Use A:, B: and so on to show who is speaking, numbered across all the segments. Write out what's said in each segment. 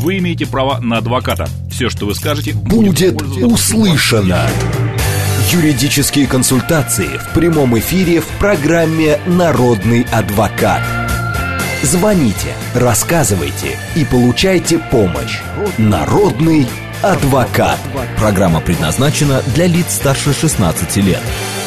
A: вы имеете право на адвоката. Все, что вы скажете,
B: будет услышано. Юридические консультации в прямом эфире в программе «Народный адвокат». Звоните, рассказывайте и получайте помощь. «Народный адвокат». Программа предназначена для лиц старше 16 лет.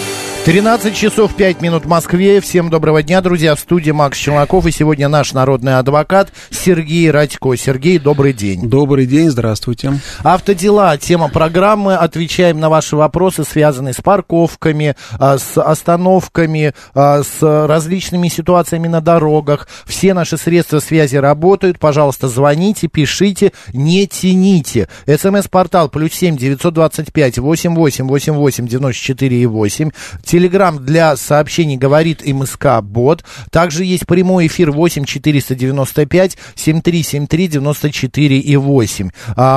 C: 13 часов 5 минут в Москве. Всем доброго дня, друзья. В студии Макс Челноков. И сегодня наш народный адвокат Сергей Радько. Сергей, добрый день.
D: Добрый день, здравствуйте.
C: Автодела. Тема программы. Отвечаем на ваши вопросы, связанные с парковками, с остановками, с различными ситуациями на дорогах. Все наши средства связи работают. Пожалуйста, звоните, пишите, не тяните. СМС-портал +7 925 88 88 94 8. Телеграм для сообщений «Говорит МСК-бот». Также есть прямой эфир 8 495 7373 94 8.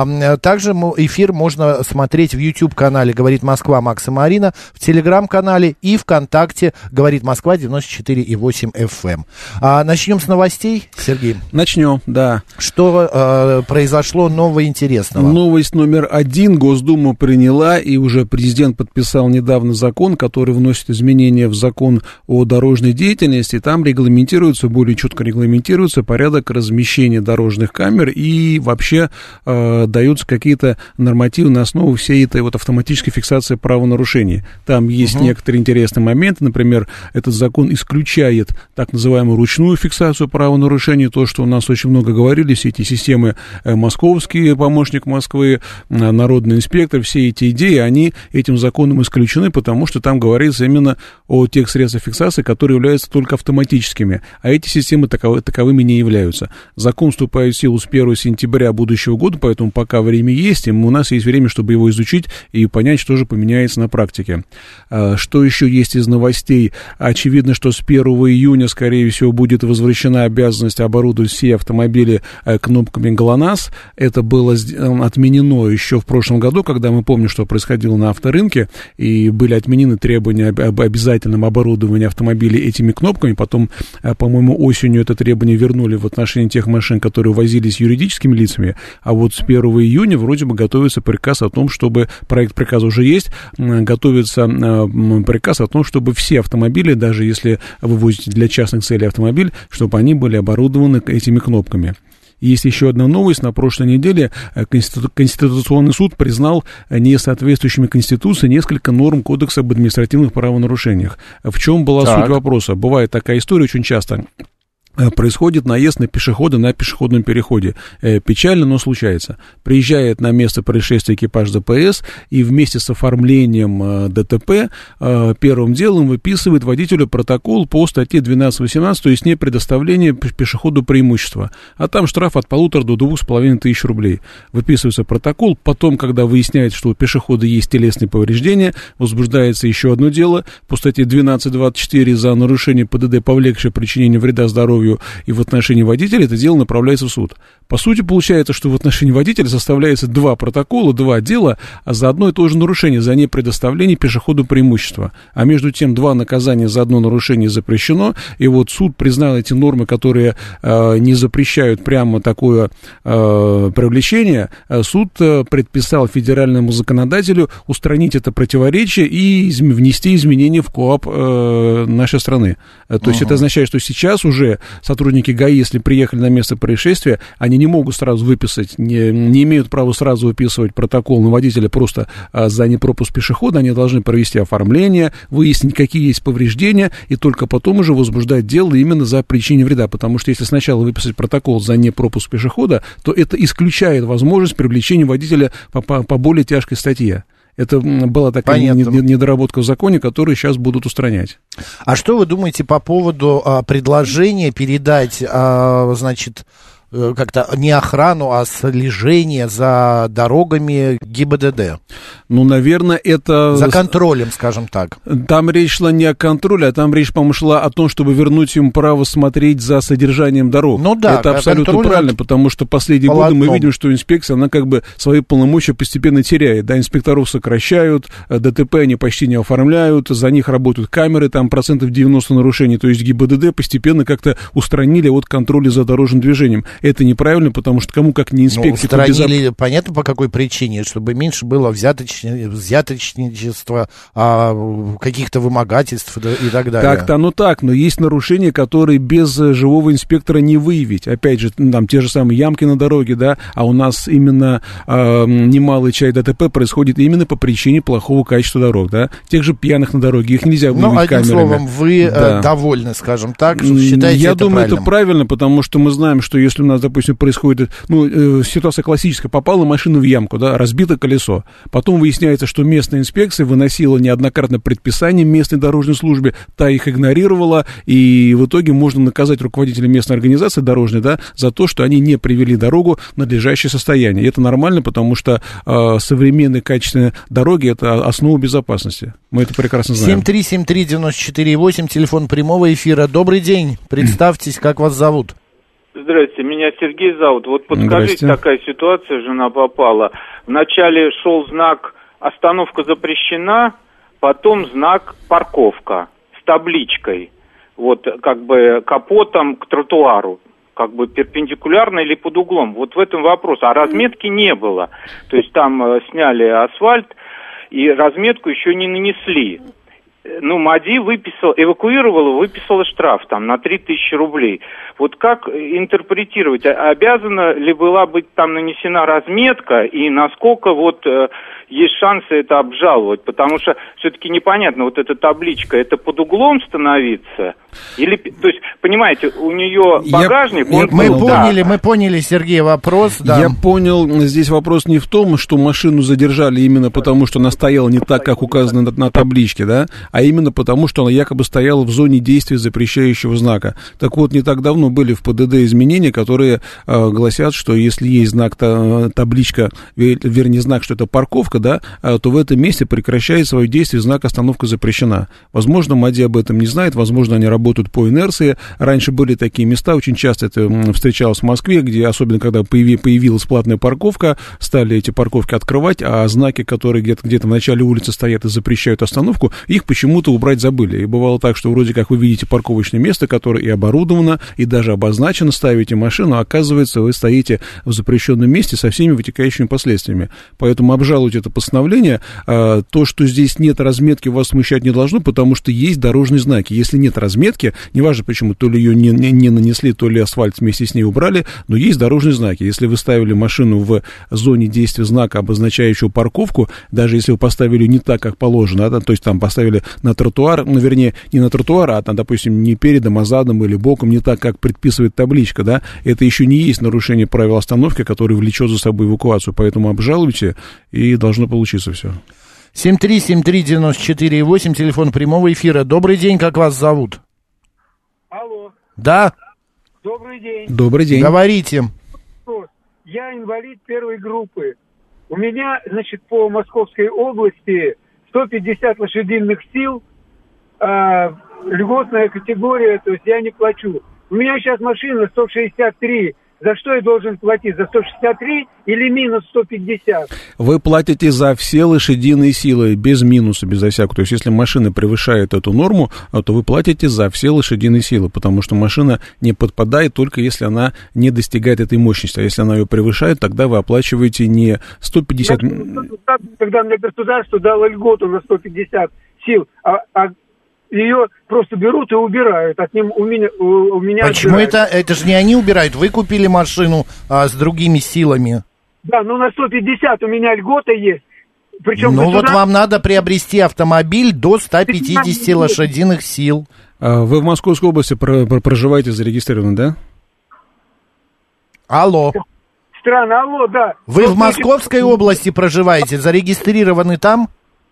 C: Также эфир можно смотреть в YouTube-канале «Говорит Москва» Макс и Марина, в Телеграм-канале и ВКонтакте «Говорит Москва» 94 8 FM. Начнем с новостей, Сергей?
D: Начнем, да.
C: Что произошло нового интересного?
D: Новость номер 1. Госдума приняла, и уже президент подписал недавно закон, который вносит изменения в закон о дорожной деятельности. Там регламентируется, более четко регламентируется порядок размещения дорожных камер, и вообще даются какие-то нормативы на основу всей этой вот автоматической фиксации правонарушений. Там есть некоторые интересные моменты. Например, этот закон исключает так называемую ручную фиксацию правонарушений, то, что у нас очень много говорили, все эти системы московские, помощник Москвы, народный инспектор, все эти идеи, они этим законом исключены, потому что там говорится именно о тех средствах фиксации, которые являются только автоматическими, а эти системы таковыми не являются. Закон вступает в силу с 1 сентября будущего года, поэтому пока время есть, и у нас есть время, чтобы его изучить и понять, что же поменяется на практике. Что еще есть из новостей? Очевидно, что с 1 июня, скорее всего, будет возвращена обязанность оборудовать все автомобили кнопками ГЛОНАСС. Это было отменено еще в прошлом году, когда мы помним, что происходило на авторынке, и были отменены требования об обязательном оборудовании автомобилей этими кнопками. Потом, по-моему, осенью это требование вернули в отношении тех машин, которые возились юридическими лицами. А вот с 1 июня вроде бы готовится приказ о том, чтобы, проект приказа уже есть, готовится приказ о том, чтобы все автомобили, даже если вы возите для частных целей автомобиль, чтобы они были оборудованы этими кнопками. Есть еще одна новость. На прошлой неделе Конституционный суд признал несоответствующими Конституции несколько норм Кодекса об административных правонарушениях. В чем была суть вопроса? Бывает такая история очень часто. Происходит наезд на пешехода на пешеходном переходе. Печально, но случается. Приезжает на место происшествия экипаж ДПС и вместе с оформлением ДТП первым делом выписывает водителю протокол по статье 12.18, то есть не предоставление пешеходу преимущества. А там штраф от 1,5 до 2,5 тысяч рублей. Выписывается протокол, потом, когда выясняется, что у пешехода есть телесные повреждения, возбуждается еще одно дело по статье 12.24 за нарушение ПДД, повлекшее причинение вреда здоровью, и в отношении водителя это дело направляется в суд. По сути, получается, что в отношении водителя составляется 2 протокола, 2 дела, а за одно и то же нарушение, за непредоставление пешеходу преимущества. А между тем 2 наказания за одно нарушение запрещено, и вот суд признал эти нормы, которые не запрещают прямо такое привлечение. Суд предписал федеральному законодателю устранить это противоречие и внести изменения в КоАП нашей страны. То есть это означает, что сейчас уже сотрудники ГАИ, если приехали на место происшествия, они не могут сразу выписать, не имеют права сразу выписывать протокол на водителя просто за непропуск пешехода, они должны провести оформление, выяснить, какие есть повреждения, и только потом уже возбуждать дело именно за причинение вреда, потому что если сначала выписать протокол за непропуск пешехода, то это исключает возможность привлечения водителя по более тяжкой статье. Это была такая недоработка в законе, которую сейчас будут устранять.
C: А что вы думаете по поводу предложения передать, значит, как-то не охрану, а слежение за дорогами ГИБДД?
D: Ну, наверное, это...
C: За контролем, скажем так.
D: Там речь шла не о контроле, а там речь, по-моему, шла о том, чтобы вернуть им право смотреть за содержанием дорог.
C: Ну да.
D: Это абсолютно правильно, потому что последние годы мы видим, что инспекция, она как бы свои полномочия постепенно теряет. Да, инспекторов сокращают, ДТП они почти не оформляют, за них работают камеры, там 90% нарушений. То есть ГИБДД постепенно как-то устранили от контроля за дорожным движением. это неправильно, потому что кому как не инспекции...
C: Устранили, понятно, по какой причине, чтобы меньше было взяточничества, каких-то вымогательств и так далее.
D: Так-то оно так, но есть нарушения, которые без живого инспектора не выявить. Опять же, там те же самые ямки на дороге, да, а у нас именно немалый часть ДТП происходит именно по причине плохого качества дорог, да. Тех же пьяных на дороге, их нельзя выявить камерами.
C: Одним словом, вы довольны, скажем так, считаете
D: Я
C: это
D: думаю,
C: правильным?
D: это правильно, потому что мы знаем, что если у нас, допустим, происходит, ситуация классическая, попала машина в ямку, да, разбито колесо, потом выясняется, что местная инспекция выносила неоднократно предписания местной дорожной службе, та их игнорировала, и в итоге можно наказать руководителя местной организации дорожной, да, за то, что они не привели дорогу в надлежащее состояние. И это нормально, потому что современные качественные дороги — это основа безопасности. Мы это прекрасно знаем.
C: 7373948, телефон прямого эфира. Добрый день. Представьтесь, как вас зовут?
E: Здрасте, меня Сергей зовут. Вот подскажите, такая ситуация, жена попала. Вначале шел знак «Остановка запрещена», потом знак «Парковка» с табличкой, вот как бы капотом к тротуару, как бы перпендикулярно или под углом. Вот в этом вопрос. А разметки не было. То есть там сняли асфальт и разметку еще не нанесли. МАДИ выписала штраф там на 3000 рублей. Вот как интерпретировать? Обязана ли была быть там нанесена разметка и насколько есть шансы это обжаловать? Потому что все-таки непонятно, вот эта табличка, это под углом становиться? Или, то есть, понимаете, у нее багажник...
C: Мы поняли, Сергей, вопрос. Да.
D: Я понял, здесь вопрос не в том, что машину задержали именно потому, что она стояла не так, как указано на табличке, да, а именно потому, что она якобы стояла в зоне действия запрещающего знака. Так вот, не так давно были в ПДД изменения, которые гласят, что если есть знак, табличка, вернее, знак, что это парковка, да, то в этом месте прекращает свое действие знак «Остановка запрещена». Возможно, МАДИ об этом не знает, возможно, они работают по инерции. Раньше были такие места, очень часто это встречалось в Москве, где, особенно когда появилась платная парковка, стали эти парковки открывать, а знаки, которые где-то в начале улицы стоят и запрещают остановку, их почему-то убрать забыли. И бывало так, что вроде как вы видите парковочное место, которое и оборудовано, и даже обозначено, ставите машину, а оказывается, вы стоите в запрещенном месте со всеми вытекающими последствиями. Поэтому обжаловать это постановление. То, что здесь нет разметки, вас смущать не должно, потому что есть дорожные знаки. Если нет разметки, неважно почему, то ли ее не нанесли, то ли асфальт вместе с ней убрали, но есть дорожные знаки. Если вы ставили машину в зоне действия знака, обозначающего парковку, даже если вы поставили не так, как положено, да, то есть там поставили на тротуар, вернее, не на тротуар, а там, допустим, не передом, а задом или боком, не так, как предписывает табличка, да, это еще не есть нарушение правил остановки, которое влечет за собой эвакуацию, поэтому обжалуйте, и должно получиться все.
C: 7373948, телефон прямого эфира. Добрый день, как вас зовут?
F: Алло.
C: Да.
F: Добрый день.
D: Добрый день.
C: Говорите.
F: Я инвалид первой группы. У меня, по Московской области 150 лошадиных сил, льготная категория, то есть я не плачу. У меня сейчас машина 163. За что я должен платить? За 163 или минус 150?
D: Вы платите за все лошадиные силы, без минуса, безо всякого. То есть, если машина превышает эту норму, то вы платите за все лошадиные силы, потому что машина не подпадает только если она не достигает этой мощности. А если она ее превышает, тогда вы оплачиваете не 150...
F: Когда мне государство дало льготу на 150 сил, ее просто берут и убирают. От ним у меня
C: Почему
F: отбирают.
C: это же не они убирают? Вы купили машину с другими силами.
F: Да, на 150 у меня льгота есть. Причем
C: вот вам надо приобрести автомобиль до 150 лошадиных сил.
D: Вы в Московской области проживаете, зарегистрированы, да?
C: Алло.
F: Алло, да.
C: Вы в Московской области проживаете, зарегистрированы там?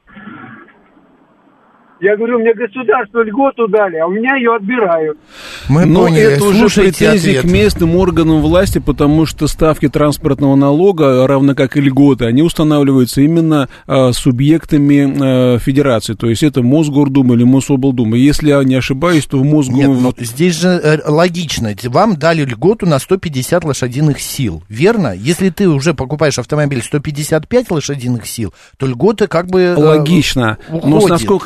F: Я говорю, мне государство льготу дали, а у меня ее отбирают.
C: Мы поняли.
D: Это уже претензии
C: ответ
D: к местным органам власти, потому что ставки транспортного налога, равно как и льготы, они устанавливаются именно субъектами федерации. То есть это Мосгордума или Мособлдума. Если я не ошибаюсь, то в Мосгордуме...
C: Нет, здесь же логично. Вам дали льготу на 150 лошадиных сил, верно? Если ты уже покупаешь автомобиль 155 лошадиных сил, то льгота как бы
D: логично.
C: уходит.
D: Но, насколько я помню,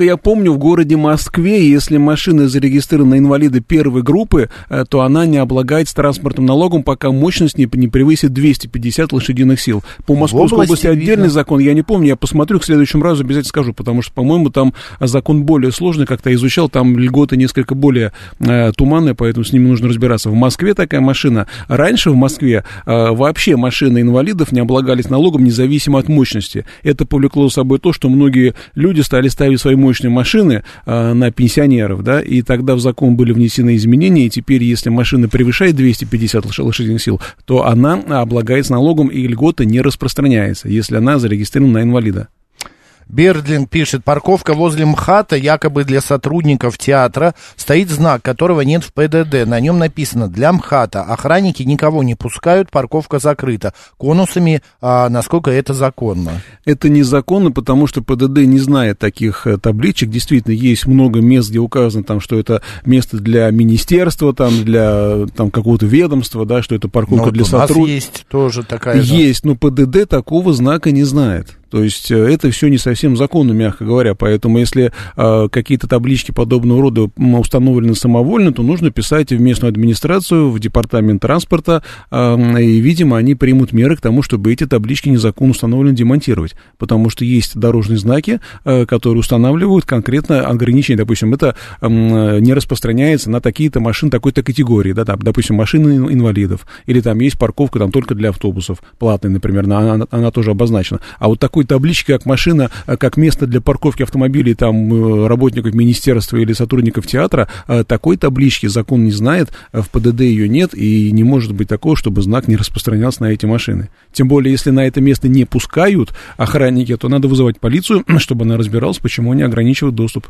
D: напомню, в городе Москве, если машина зарегистрирована на инвалида первой группы, то она не облагается транспортным налогом, пока мощность не превысит 250 лошадиных сил. По Московской области отдельный закон, я не помню, я посмотрю, к следующему разу обязательно скажу, потому что, по-моему, там закон более сложный, как-то изучал, там льготы несколько более туманные, поэтому с ними нужно разбираться. В Москве такая машина. Раньше в Москве вообще машины инвалидов не облагались налогом независимо от мощности. Это повлекло за собой то, что многие люди стали ставить свои мощные машины на пенсионеров, да, и тогда в закон были внесены изменения, и теперь, если машина превышает 250 лошадиных сил, то она облагается налогом, и льгота не распространяется, если она зарегистрирована на инвалида.
C: Бердлин пишет: парковка возле МХАТа, якобы для сотрудников театра, стоит знак, которого нет в ПДД. На нем написано: для МХАТа. Охранники никого не пускают, парковка закрыта. Конусами, насколько это законно? Это незаконно, потому что ПДД не знает таких табличек. Действительно, есть много мест, где указано, там, что это место для министерства, там, для там, какого-то ведомства, да, что это парковка для сотрудников. У нас есть тоже такая. Есть, но ПДД такого знака не знает. То есть это все не совсем законно, мягко говоря. Поэтому если какие-то таблички подобного рода установлены самовольно, то нужно писать в местную администрацию, в департамент транспорта, и, видимо, они примут меры к тому, чтобы эти таблички незаконно установлены демонтировать. Потому что есть дорожные знаки, которые устанавливают конкретно ограничения. Допустим, это не распространяется на такие-то машины такой-то категории. Да, там, допустим, машины инвалидов. Или там есть парковка там, только для автобусов, платная, например, она тоже обозначена. А вот такой таблички, как машина, как место для парковки автомобилей там работников министерства или сотрудников театра, такой таблички закон не знает, в ПДД ее нет, и не может быть такого, чтобы знак не распространялся на эти машины. Тем более, если на это место не пускают охранники, то надо вызывать полицию, чтобы она разбиралась, почему они ограничивают доступ.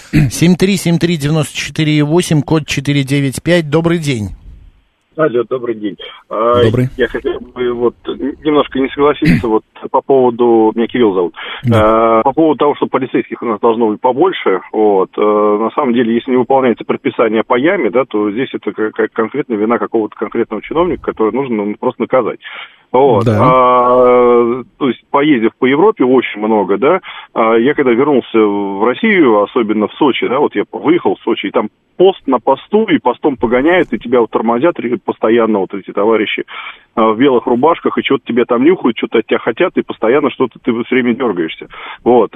C: 7373948, код 495. Добрый день.
G: Алло, добрый день.
C: Добрый.
G: Я хотел бы вот немножко не согласиться вот по поводу, меня Кирилл зовут, по поводу того, что полицейских у нас должно быть побольше. Вот. На самом деле, если не выполняется предписание по яме, да, то здесь это конкретная вина какого-то конкретного чиновника, который нужно просто наказать. Вот.
C: Да.
G: То есть, поездив по Европе очень много, да, я когда вернулся в Россию, особенно в Сочи, да, вот я выехал в Сочи, и там пост на посту, и постом погоняют, и тебя вот тормозят постоянно вот эти товарищи в белых рубашках, и что-то тебя там нюхают, что-то от тебя хотят, и постоянно что-то ты все время дергаешься. Вот.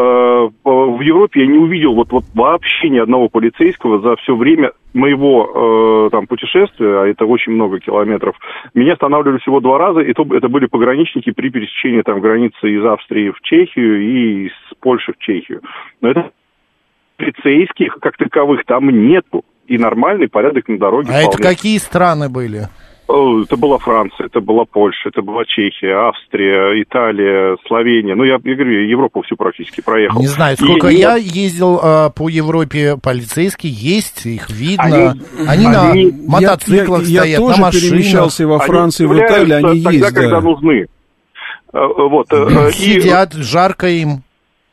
G: В Европе я не увидел вот вообще ни одного полицейского за все время моего там путешествия, а это очень много километров. Меня останавливали всего 2 раза, и то это были пограничники при пересечении там границы из Австрии в Чехию и из Польши в Чехию. Но это полицейских как таковых там нету, и нормальный порядок на дороге.
C: А это какие страны были?
G: Это была Франция, это была Польша, это была Чехия, Австрия, Италия, Словения. Ну, я говорю, Европу всю практически проехал.
C: Не знаю, сколько я ездил по Европе, полицейские есть, их видно. Они на мотоциклах стоят, на машинах.
D: Я тоже перемещался во Франции, в Италии, они есть.
G: Тогда, когда нужны. Вот.
C: Сидят, жарко им.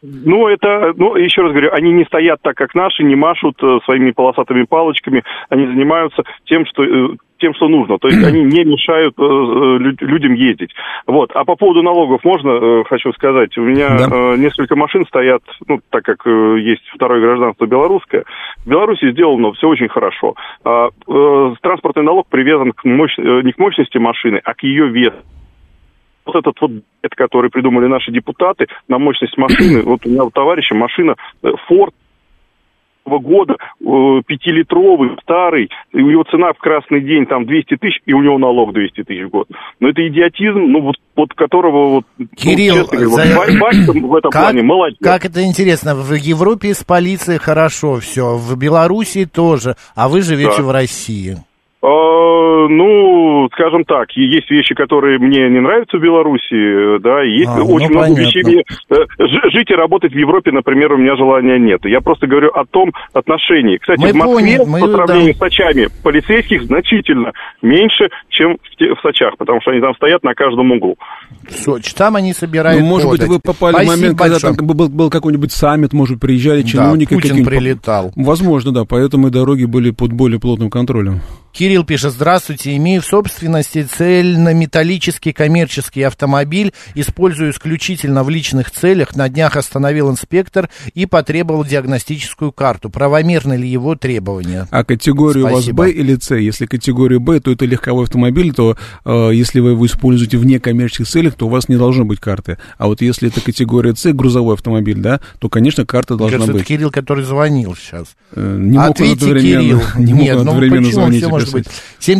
G: Еще раз говорю, они не стоят так, как наши, не машут своими полосатыми палочками, они занимаются тем, что нужно. То есть они не мешают людям ездить. Вот. А по поводу налогов можно, хочу сказать, у меня несколько машин стоят, так как есть второе гражданство белорусское. В Беларуси сделано все очень хорошо. Транспортный налог привязан не к мощности машины, а к ее весу. Вот этот который придумали наши депутаты на мощность машины. Вот у меня у товарища машина Ford года, 5-литровый, старый, и у него цена в красный день там 200 тысяч, и у него налог 200 тысяч в год. Но это идиотизм, вот которого
C: Кирилл,
G: в этом плане молодец.
C: Как это интересно, в Европе с полицией хорошо все, в Беларуси тоже, а вы живете в России.
G: Скажем так, есть вещи, которые мне не нравятся в Беларуси, да, и есть очень много вещей. Жить и работать в Европе, например, у меня желания нет. Я просто говорю о том отношении. Кстати, в Москве, по сравнению с Сочами, полицейских значительно меньше, чем в Сочах, потому что они там стоят на каждом углу.
C: Сочи, там они собирают
D: может быть, вы попали в момент, когда там был какой-нибудь саммит, может, приезжали чиновники.
C: Путин прилетал.
D: Возможно, да, поэтому и дороги были под более плотным контролем.
C: Кирилл пишет: здравствуйте, имею в собственности цельнометаллический коммерческий автомобиль, использую исключительно в личных целях. На днях остановил инспектор и потребовал диагностическую карту. Правомерны ли его требования?
D: А категорию
C: Спасибо.
D: у вас Б или С? Если категория Б, то это легковой автомобиль, то если вы его используете в некоммерческих целях, то у вас не должно быть карты. А вот если это категория С, грузовой автомобиль, да, то, конечно, карта должна быть.
C: Это Кирилл, который звонил сейчас.
D: Ответьте,
C: Кирилл.
D: Нет, ну
C: почему все может быть?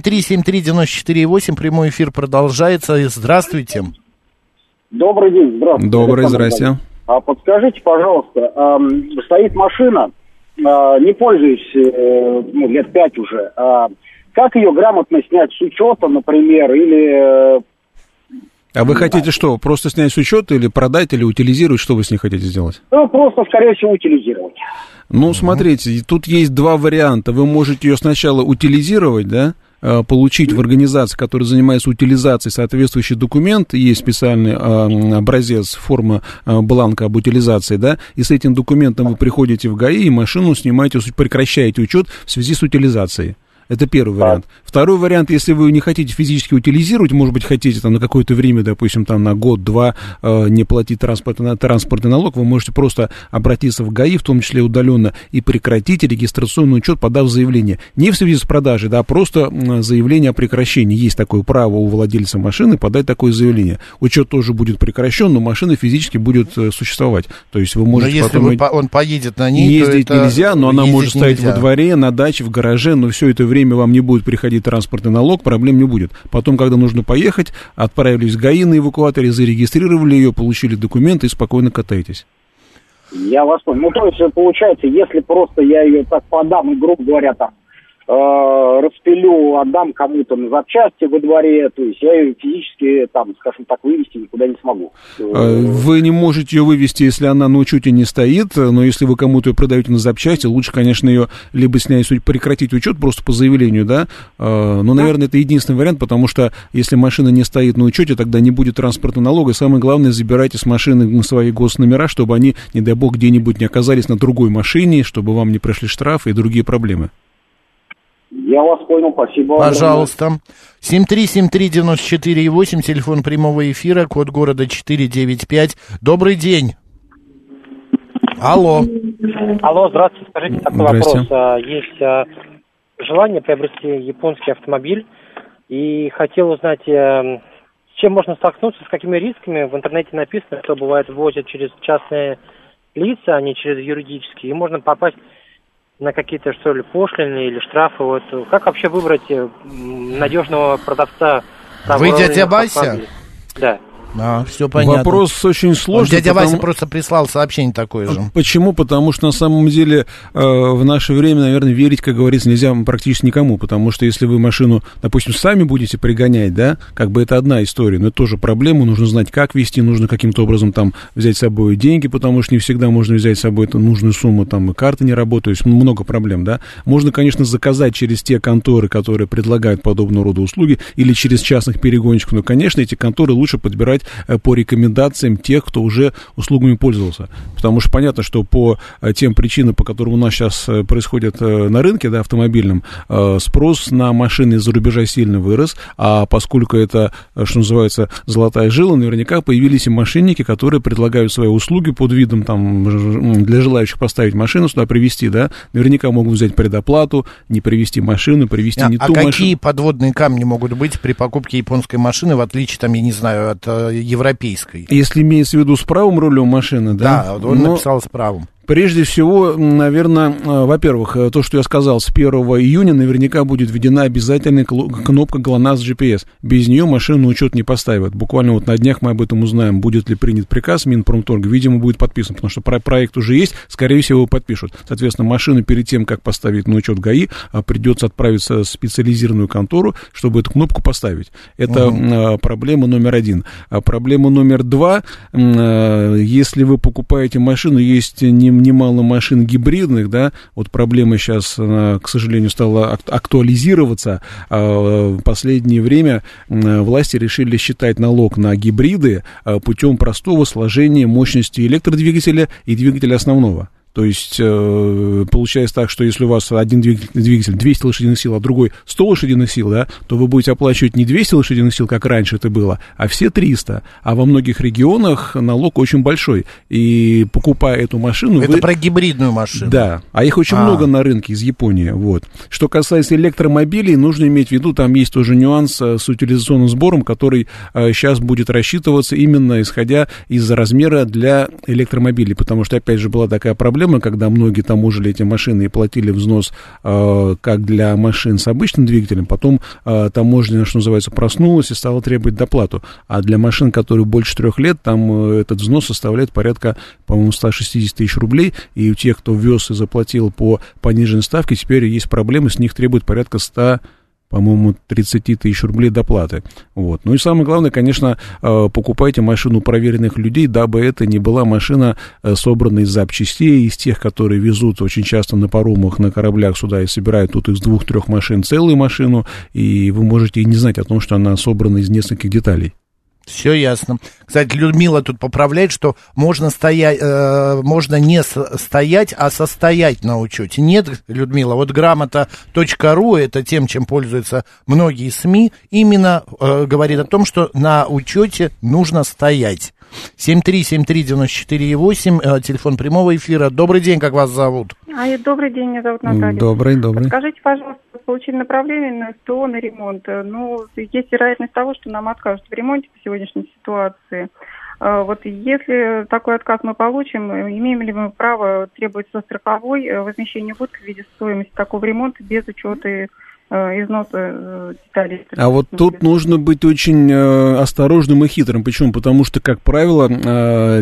C: 7373948, прямой эфир продолжается. Здравствуйте.
H: Добрый день, здравствуйте.
D: Добрый, здрасте.
H: Подскажите, пожалуйста, стоит машина, не пользуюсь, лет 5 уже. Как ее грамотно снять с учета, например, или...
D: А вы хотите что, просто снять с учета или продать, или утилизировать? Что вы с ней хотите сделать?
H: Ну, просто, скорее всего, утилизировать.
D: Ну, смотрите, тут есть два варианта. Вы можете ее сначала утилизировать, да, получить в организации, которая занимается утилизацией, соответствующий документ, есть специальный образец, форма бланка об утилизации, да, и с этим документом вы приходите в ГАИ и машину снимаете, прекращаете учет в связи с утилизацией. Это первый вариант. Второй вариант, если вы не хотите физически утилизировать, может быть, хотите там на какое-то время, допустим, там на год-два не платить транспортный налог, вы можете просто обратиться в ГАИ, в том числе удаленно, и прекратить регистрационный учет, подав заявление. Не в связи с продажей, да, а просто заявление о прекращении. Есть такое право у владельца машины подать такое заявление. Учет тоже будет прекращен, но машина физически будет существовать. То есть вы можете...
C: Но если он поедет на ней,
D: ездить
C: то это...
D: нельзя, но она может стоять во дворе, на даче, в гараже, но все это время вам не будет приходить транспортный налог, проблем не будет. Потом, когда нужно поехать, отправились в ГАИ на эвакуаторе, зарегистрировали ее, получили документы и спокойно катаетесь.
H: Я вас понял. Ну, то есть, получается, если просто я ее так подам и, грубо говоря, там, распилю, отдам кому-то на запчасти во дворе, то есть я ее физически, там, скажем так, вывести никуда не смогу.
D: Вы не можете ее вывести, если она на учете не стоит, но если вы кому-то ее продаете на запчасти, лучше, конечно, ее либо снять, прекратить учет просто по заявлению, да, но, наверное, это единственный вариант, потому что если машина не стоит на учете, тогда не будет транспортного налога, и самое главное, забирайте с машины свои госномера, чтобы они, не дай бог, где-нибудь не оказались на другой машине, чтобы вам не пришли штрафы и другие проблемы.
H: Я вас понял, спасибо.
C: Пожалуйста. 7373948, телефон прямого эфира, код города 495. Добрый день. Алло.
I: Алло, здравствуйте. Скажите такой вопрос. Есть желание приобрести японский автомобиль, и хотел узнать, с чем можно столкнуться, с какими рисками. В интернете написано, что бывает ввозят через частные лица, а не через юридические, и можно попасть на какие-то, что ли, пошлины или штрафы. Вот как вообще выбрать надежного продавца?
C: Вы дядя Вася?
I: Да.
C: Все понятно.
D: Вопрос очень сложный.
C: Дядя Вася просто прислал сообщение такое же.
D: Почему? Потому что на самом деле в наше время, наверное, верить, как говорится, нельзя практически никому, потому что если вы машину, допустим, сами будете пригонять, да, как бы это одна история, но это тоже проблема, нужно знать, как вести, нужно каким-то образом там взять с собой деньги, потому что не всегда можно взять с собой эту нужную сумму, там и карты не работают, много проблем, да. Можно, конечно, заказать через те конторы, которые предлагают подобного рода услуги, или через частных перегонщиков, но, конечно, эти конторы лучше подбирать по рекомендациям тех, кто уже услугами пользовался. Потому что понятно, что по тем причинам, по которым у нас сейчас происходит на рынке, да, автомобильном, спрос на машины из-за рубежа сильно вырос, а поскольку это, что называется, золотая жила, наверняка появились и мошенники, которые предлагают свои услуги под видом там для желающих поставить машину сюда, привезти, да, наверняка могут взять предоплату, не привезти машину, привезти не ту машину. А
C: какие подводные камни могут быть при покупке японской машины, в отличие, там, я не знаю, от европейской?
D: Если имеется в виду с правым рулем машины, да?
C: Да, он написал с правым.
D: Прежде всего, наверное, во-первых, то, что я сказал, с 1 июня наверняка будет введена обязательная кнопка GLONASS GPS. Без нее машину на учет не поставят. Буквально вот на днях мы об этом узнаем, будет ли принят приказ Минпромторга. Видимо, будет подписан, потому что проект уже есть, скорее всего, его подпишут. Соответственно, машину перед тем, как поставить на учет ГАИ, придется отправиться в специализированную контору, чтобы эту кнопку поставить. Это проблема номер один. Проблема номер два, если вы покупаете машину, есть немало машин гибридных, да, вот проблема сейчас, она, к сожалению, стала актуализироваться. В последнее время власти решили считать налог на гибриды путем простого сложения мощности электродвигателя и двигателя основного. То есть получается так, что если у вас один двигатель 200 лошадиных сил, а другой 100 лошадиных сил, да, то вы будете оплачивать не 200 лошадиных сил, как раньше это было, а все 300. А во многих регионах налог очень большой. И покупая эту машину...
C: Это про гибридную машину.
D: Да, а их очень много на рынке из Японии. Вот. Что касается электромобилей, нужно иметь в виду, там есть тоже нюанс с утилизационным сбором, который сейчас будет рассчитываться именно исходя из размера для электромобилей. Потому что, опять же, была такая проблема, когда многие таможили эти машины и платили взнос как для машин с обычным двигателем, потом таможня, что называется, проснулась и стала требовать доплату. А для машин, которые больше 3 лет, там этот взнос составляет порядка, по-моему, 160 тысяч рублей, и у тех, кто ввез и заплатил по пониженной ставке, теперь есть проблемы, с них требуют порядка 100, по-моему, 30 тысяч рублей доплаты. Вот. Ну и самое главное, конечно, покупайте машину проверенных людей, дабы это не была машина, собранная из запчастей, из тех, которые везут очень часто на паромах, на кораблях сюда и собирают тут из 2-3 машин целую машину, и вы можете и не знать о том, что она собрана из нескольких деталей.
C: Все ясно. Кстати, Людмила тут поправляет, что можно не стоять, а состоять на учете. Нет, Людмила, вот грамота.ру, это тем, чем пользуются многие СМИ, именно говорит о том, что на учете нужно стоять. 7373948, телефон прямого эфира. Добрый день, как вас зовут?
J: Добрый день, меня зовут Наталья.
D: Добрый.
J: Скажите, пожалуйста, получили направление на СТО на ремонт. Ну, есть вероятность того, что нам откажут в ремонте по сегодняшней ситуации. Вот если такой отказ мы получим, имеем ли мы право требовать со страховой возмещение убытка в виде стоимости такого ремонта без учета износа деталей?
D: А вот тут нужно быть очень осторожным и хитрым. Почему? Потому что, как правило,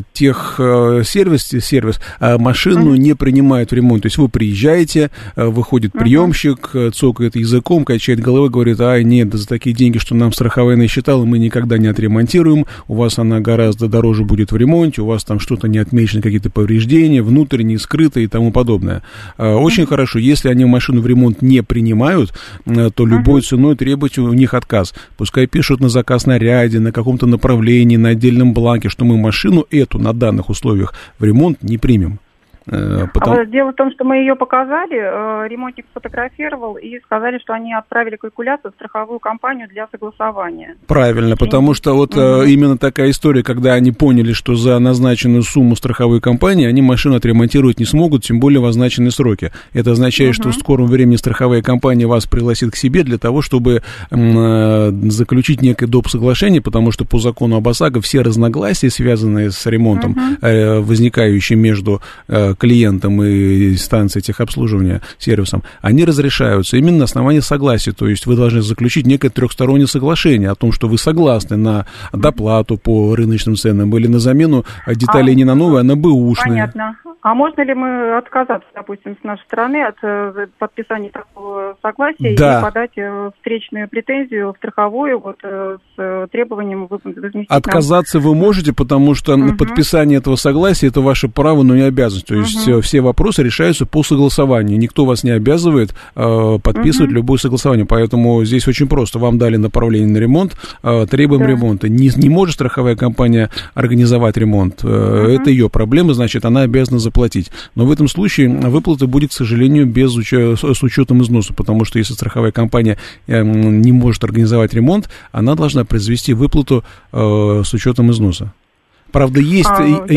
D: сервис машину не принимает в ремонт. То есть вы приезжаете, выходит приемщик, цокает языком, качает головой, говорит: нет, да за такие деньги, что нам страховая насчитала, мы никогда не отремонтируем, у вас она гораздо дороже будет в ремонте, у вас там что-то не отмечено, какие-то повреждения, внутренние, скрытые и тому подобное. Очень хорошо, если они машину в ремонт не принимают, то любой ценой требовать у них отказ. Пускай пишут на заказ на ряде, на каком-то направлении, на отдельном бланке, что мы машину эту на данных условиях в ремонт не примем.
J: Дело в том, что мы ее показали, ремонтник сфотографировал и сказали, что они отправили калькуляцию в страховую компанию для согласования.
D: Правильно, потому что вот именно такая история, когда они поняли, что за назначенную сумму страховой компании они машину отремонтировать не смогут, тем более в означенные сроки. Это означает, что в скором времени страховая компания вас пригласит к себе для того, чтобы заключить некое доп. Соглашение, потому что по закону об ОСАГО все разногласия, связанные с ремонтом, возникающие между клиентам и станцией техобслуживания, сервисом, они разрешаются именно на основании согласия. То есть вы должны заключить некое трехстороннее соглашение о том, что вы согласны на доплату по рыночным ценам или на замену деталей не на новые, а на бэушные.
J: Понятно. А можно ли мы отказаться, допустим, с нашей стороны от подписания такого согласия и подать встречную претензию в страховую с требованием возместить?
D: Отказаться вы можете, потому что подписание этого согласия — это ваше право, но не обязанность. То есть все вопросы решаются по согласованию. Никто вас не обязывает подписывать любое согласование. Поэтому здесь очень просто. Вам дали направление на ремонт, требуем ремонта. Не может страховая компания организовать ремонт. Это ее проблема, значит, она обязана заплатить. Но в этом случае выплата будет, к сожалению, с учетом износа, потому что если страховая компания не может организовать ремонт, она должна произвести выплату с учетом износа. Правда, есть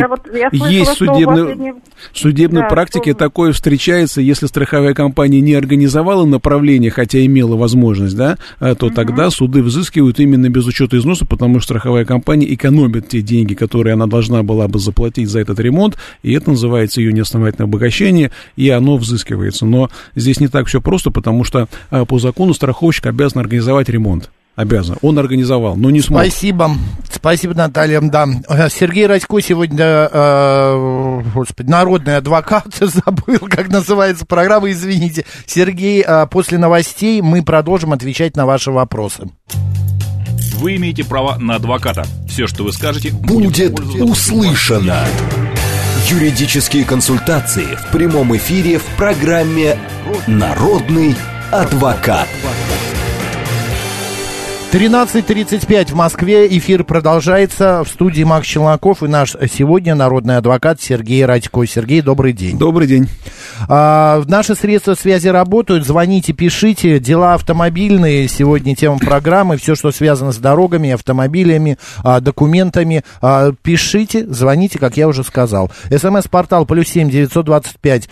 D: судебной практике такое встречается, если страховая компания не организовала направление, хотя имела возможность, то тогда суды взыскивают именно без учета износа, потому что страховая компания экономит те деньги, которые она должна была бы заплатить за этот ремонт, и это называется ее неосновательное обогащение, и оно взыскивается. Но здесь не так все просто, потому что по закону страховщик обязан организовать ремонт. Обязан. Он организовал, но не смог.
C: Спасибо, Наталья. Да. Сергей Радько сегодня, народный адвокат, забыл, как называется программа, извините. Сергей, после новостей мы продолжим отвечать на ваши вопросы.
A: Вы имеете право на адвоката. Все, что вы скажете,
B: будет услышано. Юридические консультации в прямом эфире в программе «Народный адвокат».
C: 13:35 в Москве. Эфир продолжается. В студии Макс Челноков и наш сегодня народный адвокат Сергей Радько. Сергей, добрый день.
D: Добрый день.
C: Наши средства связи работают. Звоните, пишите. Дела автомобильные. Сегодня тема программы. Все, что связано с дорогами, автомобилями, документами. Пишите, звоните, как я уже сказал. СМС-портал +7 925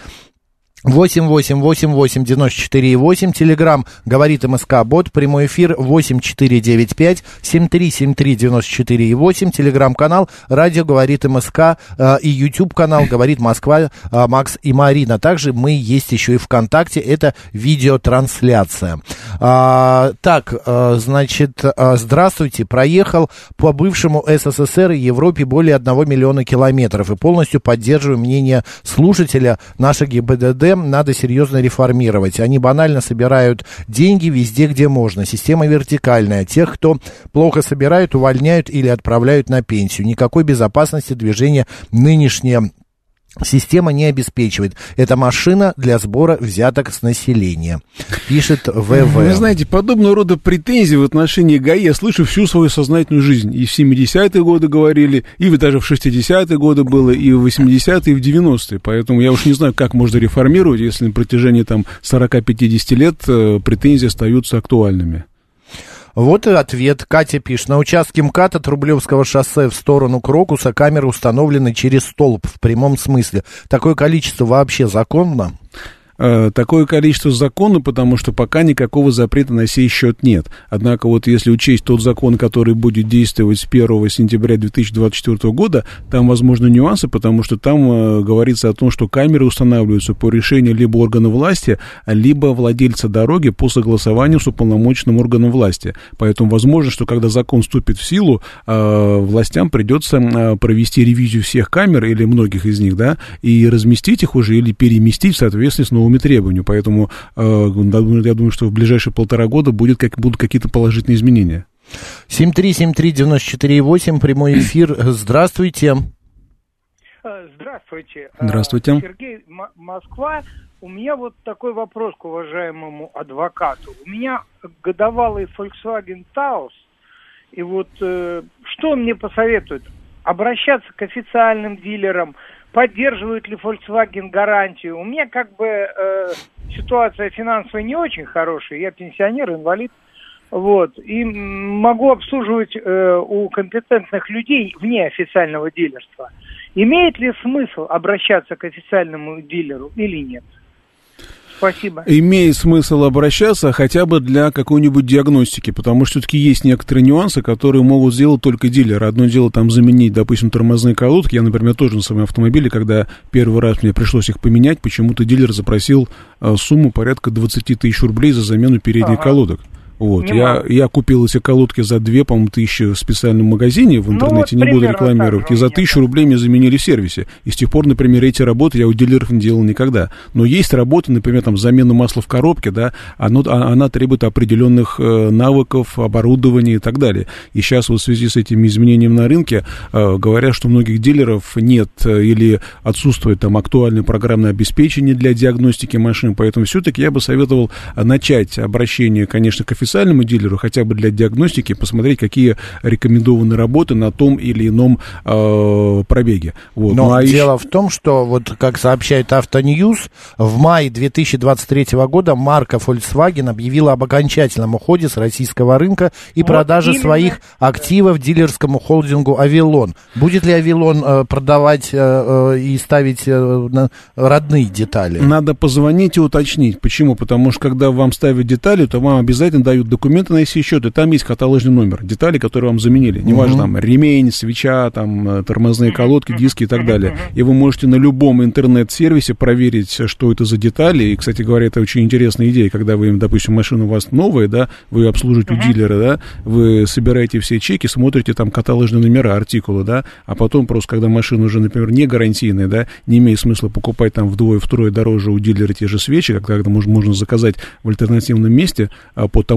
C: 8888-94-8, Телеграм говорит МСК-бот, прямой эфир 8495-7373-94-8, Телеграм-канал Радио говорит МСК и YouTube-канал говорит Москва, Макс и Марина. Также мы есть еще и ВКонтакте, это видеотрансляция. Так, значит, здравствуйте, проехал по бывшему СССР и Европе более 1 миллиона километров и полностью поддерживаю мнение слушателя, наша ГИБДД надо серьезно реформировать. Они банально собирают деньги везде, где можно. Система вертикальная. Тех, кто плохо собирают, увольняют или отправляют на пенсию. Никакой безопасности движения нынешняя система не обеспечивает. Это машина для сбора взяток с населения, пишет ВВ.
D: Вы знаете, подобного рода претензии в отношении ГАИ я слышу всю свою сознательную жизнь. И в 70-е годы говорили, и даже в 60-е годы было, и в 80-е, и в 90-е. Поэтому я уж не знаю, как можно реформировать, если на протяжении там 40-50 лет претензии остаются актуальными.
C: Вот и ответ. Катя пишет. На участке МКАД от Рублевского шоссе в сторону Крокуса камеры установлены через столб в прямом смысле. Такое количество вообще законно?
D: Такое количество законно, потому что пока никакого запрета на сей счет нет. Однако вот если учесть тот закон, который будет действовать с 1 сентября 2024 года, там возможны нюансы, потому что там говорится о том, что камеры устанавливаются по решению либо органа власти, либо владельца дороги по согласованию с уполномоченным органом власти. Поэтому возможно, что когда закон вступит в силу, властям придется провести ревизию всех камер или многих из них, да, и разместить их уже или переместить в соответствии с новыми требованиями. Поэтому я думаю, что в ближайшие 1,5 года будут какие-то положительные изменения.
C: 7373948, прямой эфир. Здравствуйте.
K: Здравствуйте.
D: Здравствуйте.
K: Сергей, Москва. У меня вот такой вопрос к уважаемому адвокату. У меня годовалый Volkswagen Taos. И вот что он мне посоветует? Обращаться к официальным дилерам? Поддерживает ли Volkswagen гарантию? У меня как бы ситуация финансовая не очень хорошая. Я пенсионер, инвалид. Вот. И могу обслуживать у компетентных людей вне официального дилерства. Имеет ли смысл обращаться к официальному дилеру или нет? Спасибо.
D: Имеет смысл обращаться хотя бы для какой-нибудь диагностики, потому что все-таки есть некоторые нюансы, которые могут сделать только дилеры. Одно дело там заменить, допустим, тормозные колодки. Я, например, тоже на своем автомобиле, когда первый раз мне пришлось их поменять, почему-то дилер запросил сумму порядка 20 тысяч рублей за замену передних колодок. Вот. Я купил эти колодки за 2, по-моему, тысячи в специальном магазине в интернете, вот не буду рекламировать, и за 1000 рублей мне заменили в сервисе. И с тех пор, например, эти работы я у дилеров не делал никогда. Но есть работы, например, там, замена масла в коробке, да, она требует определенных навыков, оборудования и так далее. И сейчас вот в связи с этими изменениями на рынке говорят, что у многих дилеров нет или отсутствует там актуальное программное обеспечение для диагностики машин, поэтому все-таки я бы советовал начать обращение, конечно, к официальному дилеру, хотя бы для диагностики, посмотреть, какие рекомендованы работы на том или ином пробеге. Вот.
C: Но дело в том, что, вот как сообщает Автоньюз, в мае 2023 года марка Volkswagen объявила об окончательном уходе с российского рынка и продаже своих активов дилерскому холдингу «Авилон». Будет ли «Авилон» продавать и ставить родные детали?
D: Надо позвонить и уточнить. Почему? Потому что, когда вам ставят детали, то вам обязательно дают документы на сей счет, и там есть каталожный номер, детали, которые вам заменили. Неважно, там, ремень, свеча, там, тормозные колодки, диски и так далее. И вы можете на любом интернет-сервисе проверить, что это за детали. И, кстати говоря, это очень интересная идея, когда вы, допустим, машина у вас новая, да, вы обслуживаете у дилера, да, вы собираете все чеки, смотрите там каталожные номера, артикулы, да, а потом просто, когда машина уже, например, не гарантийная, да, не имеет смысла покупать там вдвое-втрое дороже у дилера те же свечи, когда можно заказать в альтернативном месте по тому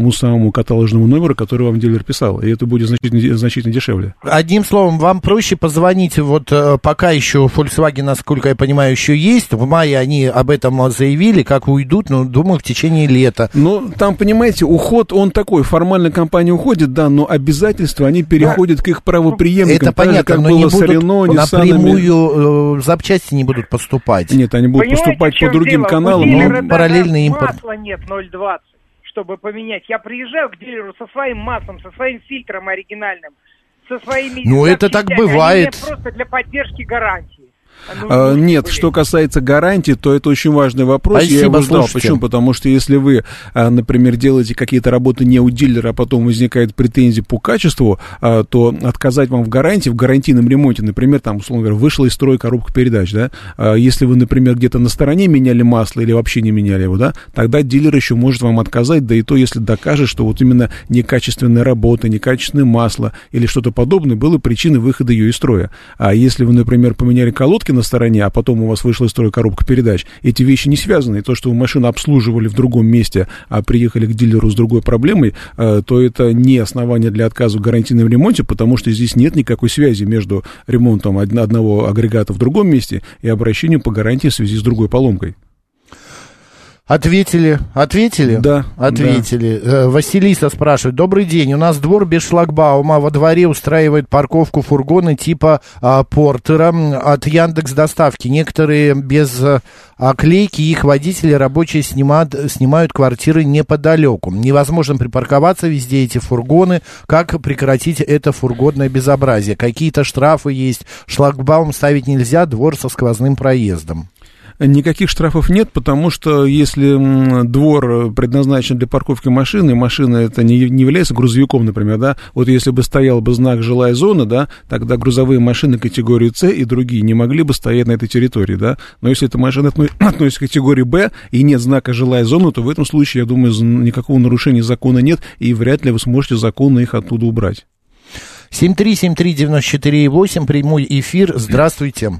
D: тому самому каталожному номеру, который вам дилер писал, и это будет значительно дешевле.
C: Одним словом, вам проще позвонить, вот пока еще Volkswagen, насколько я понимаю, еще есть, в мае они об этом заявили, как уйдут, но, думаю, в течение лета.
D: Ну, там, понимаете, уход, он такой, формально компания уходит, да, но обязательства, они переходят к их правопреемникам.
C: Это понятно, но не будут напрямую запчасти не будут поступать.
D: Нет, они будут поступать по другим каналам.
C: Но параллельный импорт.
K: Масла нет 0,20, чтобы поменять. Я приезжаю к дилеру со своим маслом, со своим фильтром оригинальным, со своими...
C: Ну, это так бывает.
K: Они просто для поддержки гарантии.
D: Нет, что касается гарантии, то это очень важный вопрос.
C: Спасибо,
D: я его ждал.
C: слушайте.
D: Почему? Потому что если вы, например, делаете какие-то работы не у дилера, а потом возникают претензии по качеству, то отказать вам в гарантии, в гарантийном ремонте, например, там, условно говоря, вышла из строя коробка передач, да, если вы, например, где-то на стороне меняли масло или вообще не меняли его, да, тогда дилер еще может вам отказать, да и то, если докажет, что вот именно некачественная работа, некачественное масло или что-то подобное было причиной выхода ее из строя. А если вы, например, поменяли колодки на стороне, а потом у вас вышла из строя коробка передач, эти вещи не связаны. И то, что вы машину обслуживали в другом месте, а приехали к дилеру с другой проблемой, то это не основание для отказа в гарантийном ремонте, потому что здесь нет никакой связи между ремонтом одного агрегата в другом месте и обращением по гарантии в связи с другой поломкой.
C: Ответили?
D: Да.
C: Ответили. Да. Василиса спрашивает. Добрый день, у нас двор без шлагбаума, во дворе устраивает парковку фургоны типа Портера от Яндекс.Доставки. Некоторые без оклейки, их водители рабочие снимают квартиры неподалеку. Невозможно припарковаться везде эти фургоны. Как прекратить это фургонное безобразие? Какие-то штрафы есть? Шлагбаум ставить нельзя, двор со сквозным проездом.
D: Никаких штрафов нет, потому что если двор предназначен для парковки машины, машина это не является грузовиком, например, да, вот если бы стоял бы знак «жилая зона», да, тогда грузовые машины категории С и другие не могли бы стоять на этой территории, да, но если эта машина относится к категории Б и нет знака «жилая зона», то в этом случае, я думаю, никакого нарушения закона нет, и вряд ли вы сможете законно их оттуда убрать.
C: 7373948, прямой эфир, здравствуйте.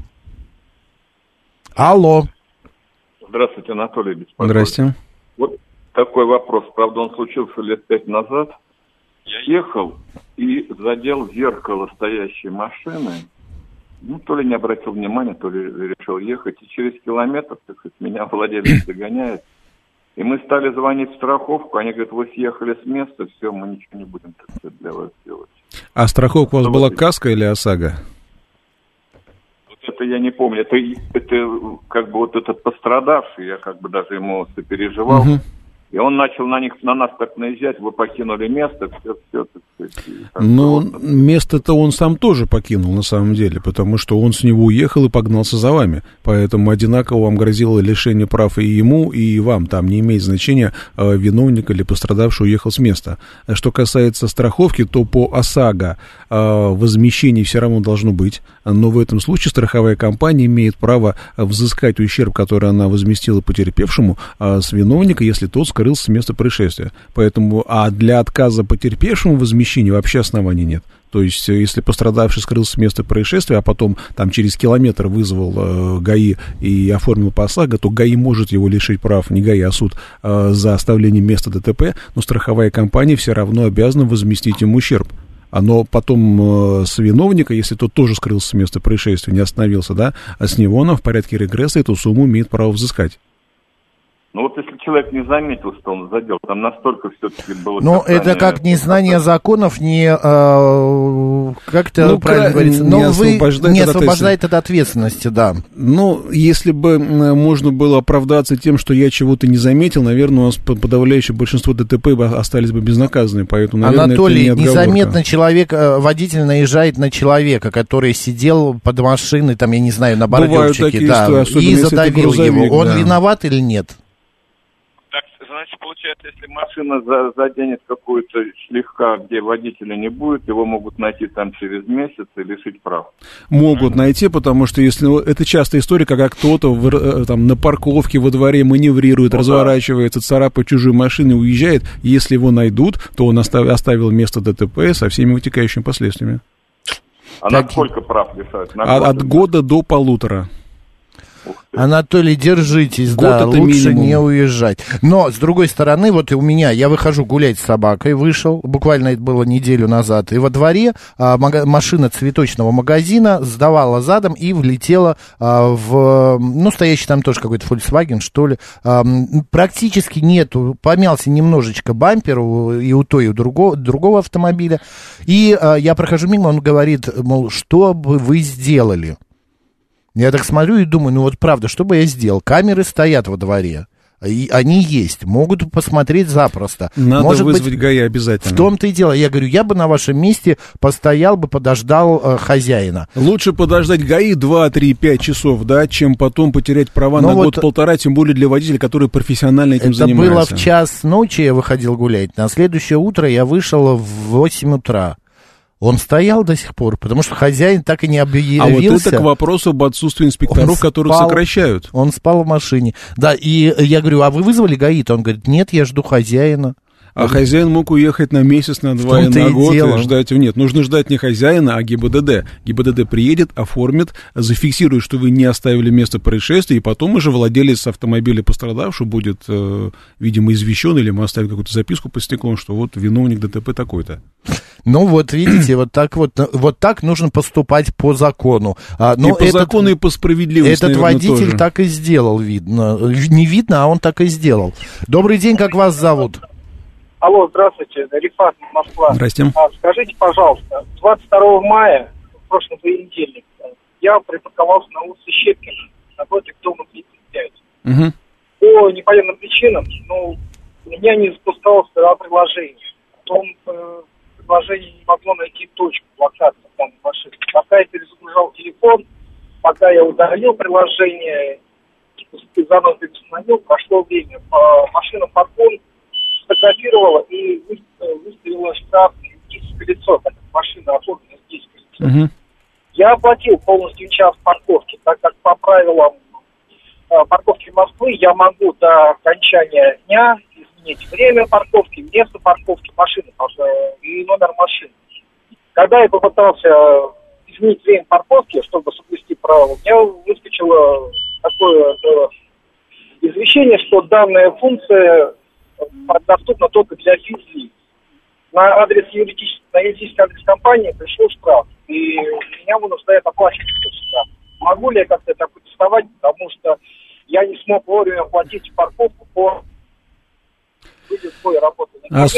C: Алло.
L: Здравствуйте, Анатолий Беспокоит.
D: Здрасте.
L: Вот такой вопрос. Правда, он случился лет 5 назад. Я ехал и задел зеркало стоящей машины. Ну, то ли не обратил внимания, то ли решил ехать. И через километр, так сказать, меня владелец догоняет. И мы стали звонить в страховку. Они говорят, вы съехали с места, все, мы ничего не будем, так сказать, для вас делать.
D: А страховка у вас была КАСКО или ОСАГО?
L: Это я не помню. Это как бы вот этот пострадавший, я как бы даже ему сопереживал. Угу. И он начал на нас так наезжать, вы покинули место, все так сказать.
D: Ну, место-то он сам тоже покинул, на самом деле, потому что он с него уехал и погнался за вами. Поэтому одинаково вам грозило лишение прав и ему, и вам. Там не имеет значения, виновник или пострадавший уехал с места. Что касается страховки, то по ОСАГО возмещение все равно должно быть. Но в этом случае страховая компания имеет право взыскать ущерб, который она возместила потерпевшему, с виновника, если тот скрылся с места происшествия. Поэтому, а для отказа потерпевшему возмещения вообще оснований нет. То есть, если пострадавший скрылся с места происшествия, а потом там через километр вызвал ГАИ и оформил по ОСАГО, то ГАИ может его лишить прав, не ГАИ, а суд, за оставление места ДТП, но страховая компания все равно обязана возместить ему ущерб. Но потом с виновника, если тот тоже скрылся с места происшествия, не остановился, да, а с него она в порядке регресса эту сумму имеет право взыскать.
L: Ну вот если человек не заметил, что он задел, там настолько все-таки было...
C: Ну это как незнание законов, не... как-то правильно говорится? Но не освобождает от ответственности, да.
D: Ну, если бы можно было оправдаться тем, что я чего-то не заметил, наверное, у нас подавляющее большинство ДТП остались бы безнаказанными, поэтому, наверное,
C: Анатолий,
D: это не
C: незаметно водитель наезжает на человека, который сидел под машиной, там, я не знаю, на бордюрчике, да, и задавил его. Он виноват или нет?
L: Значит, получается, если машина заденет какую-то слегка, где водителя не будет, его могут найти там через месяц и лишить прав.
D: Могут найти, потому что если это частая история, когда кто-то там на парковке во дворе маневрирует, разворачивается, царапает чужую машину и уезжает. Если его найдут, то он оставил место ДТП со всеми вытекающими последствиями.
L: А насколько прав лишают?
D: От года до 1,5.
C: Анатолий, держитесь,
D: год
C: лучше
D: минимум.
C: Не уезжать. Но, с другой стороны, вот и у меня, я выхожу гулять с собакой, вышел, буквально это было неделю назад, и во дворе машина цветочного магазина сдавала задом и влетела стоящий там тоже какой-то Volkswagen, что ли, практически нету, помялся немножечко бампер и у той, и у другого автомобиля, и я прохожу мимо, он говорит, мол, что бы вы сделали? Я так смотрю и думаю, правда, что бы я сделал? Камеры стоят во дворе, и они есть, могут посмотреть запросто.
D: Надо вызвать ГАИ обязательно.
C: В том-то и дело. Я говорю, я бы на вашем месте постоял бы, подождал хозяина.
D: Лучше подождать ГАИ 2, 3, 5 часов, да, чем потом потерять права на год-полтора, тем более для водителя, который профессионально этим занимается.
C: Это было в час ночи, я выходил гулять. На следующее утро я вышел в 8 утра. Он стоял до сих пор, потому что хозяин так и не объявился.
D: А вот это к вопросу об отсутствии инспекторов, которых сокращают.
C: Он спал в машине. Да, и я говорю, а вы вызвали ГАИ-то? Он говорит, нет, я жду хозяина.
D: А хозяин мог уехать на месяц, на 2 и на год и ждать. Нет, нужно ждать не хозяина, а ГИБДД. ГИБДД приедет, оформит, зафиксирует, что вы не оставили место происшествия, и потом уже владелец автомобиля пострадавшего будет, видимо, извещен, или мы оставим какую-то записку под стеклом, что вот виновник ДТП такой-то.
C: Ну вот, видите, вот так нужно поступать по закону.
D: И по закону, и по справедливости,
C: этот водитель
D: тоже.
C: Так и сделал, видно. Не видно, а он так и сделал. Добрый день, как вас зовут?
M: Алло, здравствуйте, Рифат, Москва.
D: Здрасте.
M: Скажите, пожалуйста, 22 мая, в прошлом понедельник, я припарковался на улице Щепкина, напротив дома 35.
D: Угу.
M: По непонятным причинам, у меня не запускалось приложение. Потом приложение не могло найти точку локации данной машины. Пока я перезагружал телефон, пока я удалил приложение, заново переустановил, прошло время. Машина Фаркон сфотографировала и выставила штраф 10 500. Это машина оформлена 10 500.
D: Угу.
M: Я оплатил полностью час парковки, так как по правилам парковки Москвы я могу до окончания дня изменить время парковки, место парковки машины и номер машины. Когда я попытался изменить время парковки, чтобы соблюсти правила, у меня выскочило такое извещение, что данная функция доступна только для физлиц. На юридический адрес компании пришел штраф, и меня вынуждает оплачивать этот штраф. Могу ли я как-то это протестовать, потому что я не смог вовремя оплатить парковку по работы.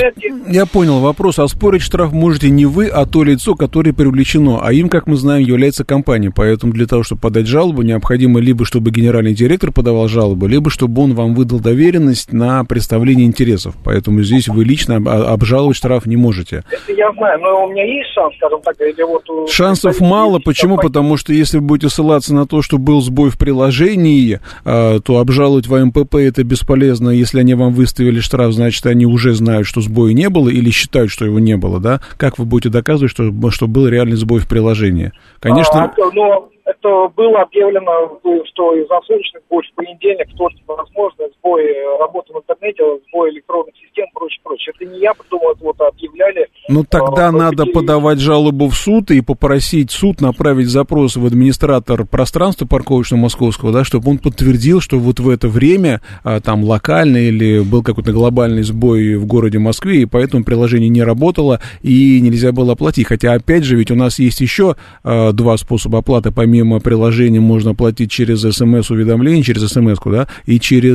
D: Я понял вопрос. Оспорить штраф можете не вы, а то лицо, которое привлечено. А им, как мы знаем, является компания. Поэтому для того, чтобы подать жалобу, необходимо либо, чтобы генеральный директор подавал жалобу, либо, чтобы он вам выдал доверенность на представление интересов. Поэтому здесь вы лично обжаловать штраф не можете.
M: Это я знаю, но у меня есть шанс, скажем так, или вот...
D: Шансов мало. Почему? Потому что если вы будете ссылаться на то, что был сбой в приложении, то обжаловать в МПП это бесполезно. Если они вам выставили штраф, значит, они уже знают, что сбоя не было, или считают, что его не было, да? Как вы будете доказывать, что был реальный сбой в приложении? Конечно...
M: Но это было объявлено, что из-за солнечных бурь в понедельник, вторник, возможно, сбой работы в интернете, сбой электронных систем, прочее. Это не я придумал, это вот объявляли.
D: Ну, тогда надо подавать жалобу в суд и попросить суд направить запрос в администратор пространства парковочного московского, да, чтобы он подтвердил, что вот в это время там локально или был какой-то глобальный сбой в городе Москве, и поэтому приложение не работало и нельзя было оплатить. Хотя, опять же, ведь у нас есть еще два способа оплаты. Помимо приложения можно оплатить через СМС-уведомление, через СМС-ку, да, и